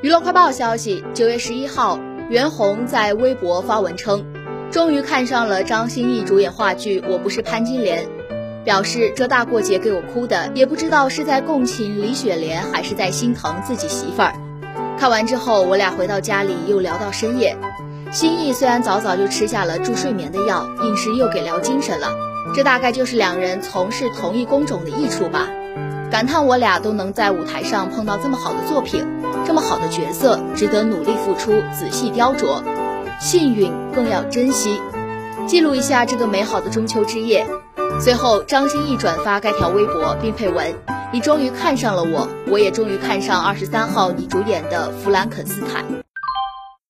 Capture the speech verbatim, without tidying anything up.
娱乐快报消息，九月十一号，袁弘在微博发文称，终于看上了张歆艺主演话剧《我不是潘金莲》，表示这大过节给我哭的，也不知道是在共情李雪莲，还是在心疼自己媳妇儿。看完之后，我俩回到家里又聊到深夜。歆艺虽然早早就吃下了助睡眠的药，饮食又给聊精神了，这大概就是两人从事同一工种的益处吧。感叹我俩都能在舞台上碰到这么好的作品，这么好的角色，值得努力付出，仔细雕琢，幸运更要珍惜，记录一下这个美好的中秋之夜。随后张歆艺转发该条微博并配文，你终于看上了我，我也终于看上二十三号你主演的弗兰肯斯坦。